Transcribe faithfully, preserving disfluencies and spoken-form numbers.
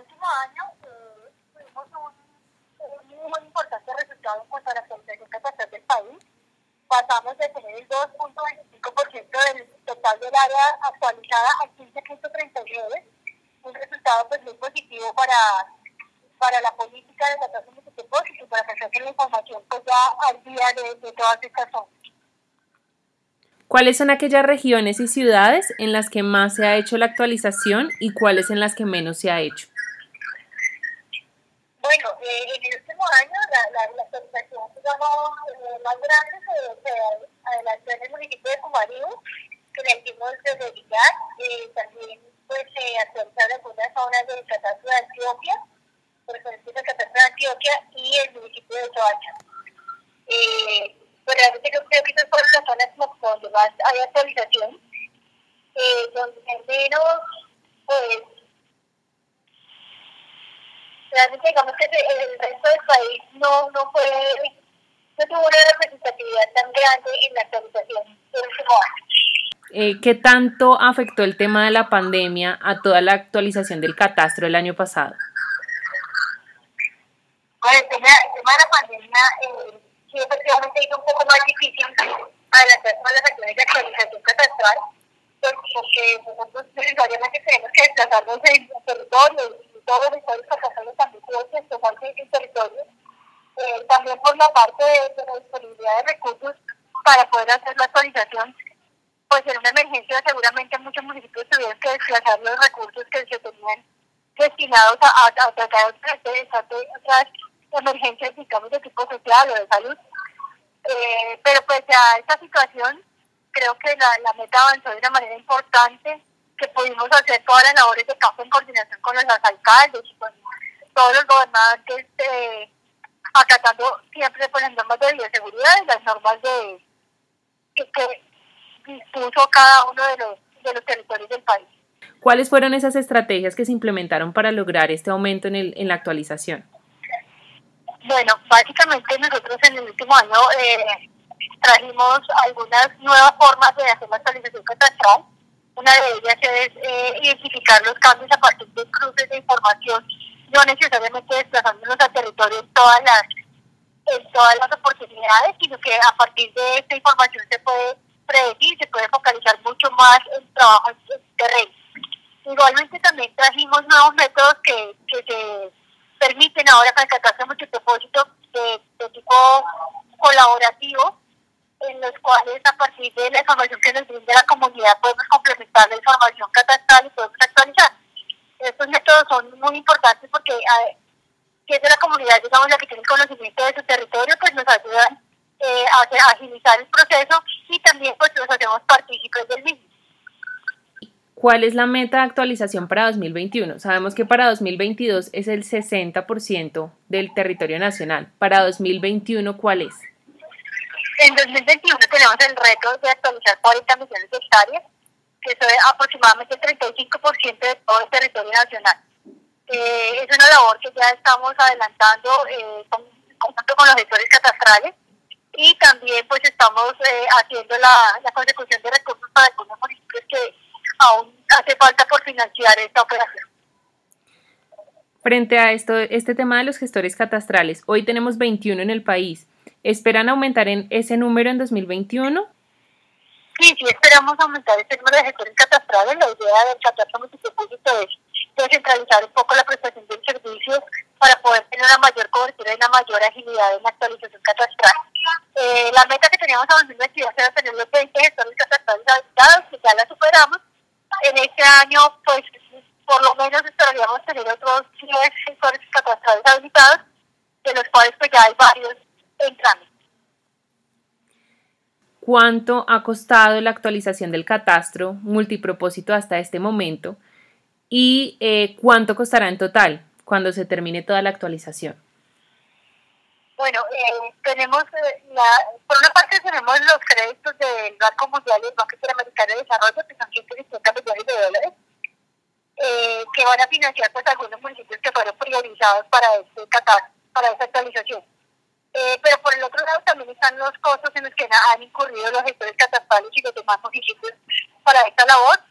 último año eh, tuvimos un, un muy importante resultado en cuanto a la actualización catastral del país. Pasamos de tener el dos punto veinticinco por ciento del total del área actualizada al quince punto treinta y nueve, un resultado pues muy positivo para, para la política de catastro multipropósito y para que se la información pues ya al día de, de todas estas zonas. ¿Cuáles son aquellas regiones y ciudades en las que más se ha hecho la actualización y cuáles en las que menos se ha hecho? Bueno, eh, en el último año la, la, la actualización, digamos, eh, más grande se, se adelantó en el municipio de Cumaribo, que le hicimos desde Villar, eh, también pues se actualizaron algunas zonas del catastro de Antioquia, por ejemplo el catastro de Antioquia y el municipio de Soacha. Eh, pues realmente yo creo que esas fueron las zonas donde más hay actualización, eh, donde menos, pues, realmente digamos que el resto del país no, no fue, no tuvo una representatividad tan grande en la actualización del último año. Eh, ¿Qué tanto afectó el tema de la pandemia a toda la actualización del catastro el año pasado? Bueno, el tema, el tema de la pandemia eh, sí efectivamente hizo un poco más difícil adelantar todas las acciones de actualización catastral, pues, porque nosotros necesariamente tenemos que desplazarnos en el territorio y todos los estados catastrales también tienen que desplazarse en territorio. Eh, también por la parte de, de la disponibilidad de recursos para poder hacer la actualización, pues en una emergencia seguramente muchos municipios tuvieron que desplazar los recursos que se tenían destinados a, a, a tratar de otras emergencias, digamos, de tipo social o de salud. Eh, pero pues a esta situación creo que la, la meta avanzó de una manera importante, que pudimos hacer todas las labores de campo en coordinación con los alcaldes y con todos los gobernantes, eh, acatando siempre por las normas de bioseguridad y las normas de que, que dispuso cada uno de los, de los territorios del país. ¿Cuáles fueron esas estrategias que se implementaron para lograr este aumento en, el, en la actualización? Bueno, básicamente nosotros en el último año eh, trajimos algunas nuevas formas de hacer la actualización catastral. Una de ellas es eh, identificar los cambios a partir de cruces de información, no necesariamente desplazándonos a territorio en todas las, en todas las oportunidades, sino que a partir de esta información se puede predecir, se puede focalizar mucho más el trabajo en terreno. Igualmente también trajimos nuevos métodos que, que se permiten ahora con el catastro multipropósito de, de tipo colaborativo, en los cuales a partir de la información que nos brinda la comunidad podemos complementar la información catastral y podemos actualizar. Estos métodos son muy importantes porque a, siendo la comunidad, digamos, la que tiene conocimiento de su territorio, pues nos ayudan eh, a agilizar el proceso y también pues los hacemos partícipes del mismo. ¿Cuál es la meta de actualización para dos mil veintiuno? Sabemos que para dos mil veintidós es el sesenta por ciento del territorio nacional. Para dos mil veintiuno, ¿cuál es? En dos mil veintiuno tenemos el reto de actualizar cuarenta millones de hectáreas, que eso es aproximadamente el treinta y cinco por ciento de todo el territorio nacional. Eh, es una labor que ya estamos adelantando eh, con, junto con los gestores catastrales y también pues estamos eh, haciendo la, la consecución de recursos para algunos municipios que aún hace falta por financiar esta operación. Frente a esto, este tema de los gestores catastrales, hoy tenemos veintiuno en el país. ¿Esperan aumentar en ese número en dos mil veintiuno? Sí, sí esperamos aumentar este número de gestores catastrales. La idea del catastro multipropósito es descentralizar un poco la prestación del servicio para poder tener una mayor cobertura y una mayor agilidad en la actualización catastral. Eh, la meta que teníamos a dos mil veintidós era tener los veinte gestores catastrales habilitados, que ya la superamos. En este año, pues, por lo menos esperaríamos tener otros diez gestores catastrales habilitados, de los cuales pues ya hay varios en trámite. ¿Cuánto ha costado la actualización del catastro multipropósito hasta este momento? ¿Y eh, cuánto costará en total cuando se termine toda la actualización? Bueno, eh, tenemos, eh, la, por una parte tenemos los créditos del Banco Mundial y del Banco Interamericano de Desarrollo, que son ciento cincuenta millones de dólares, eh, que van a financiar pues algunos municipios que fueron priorizados para este catastro, para esta actualización. Eh, pero por el otro lado también están los costos en los que han incurrido los gestores catastrales y los demás municipios para esta labor.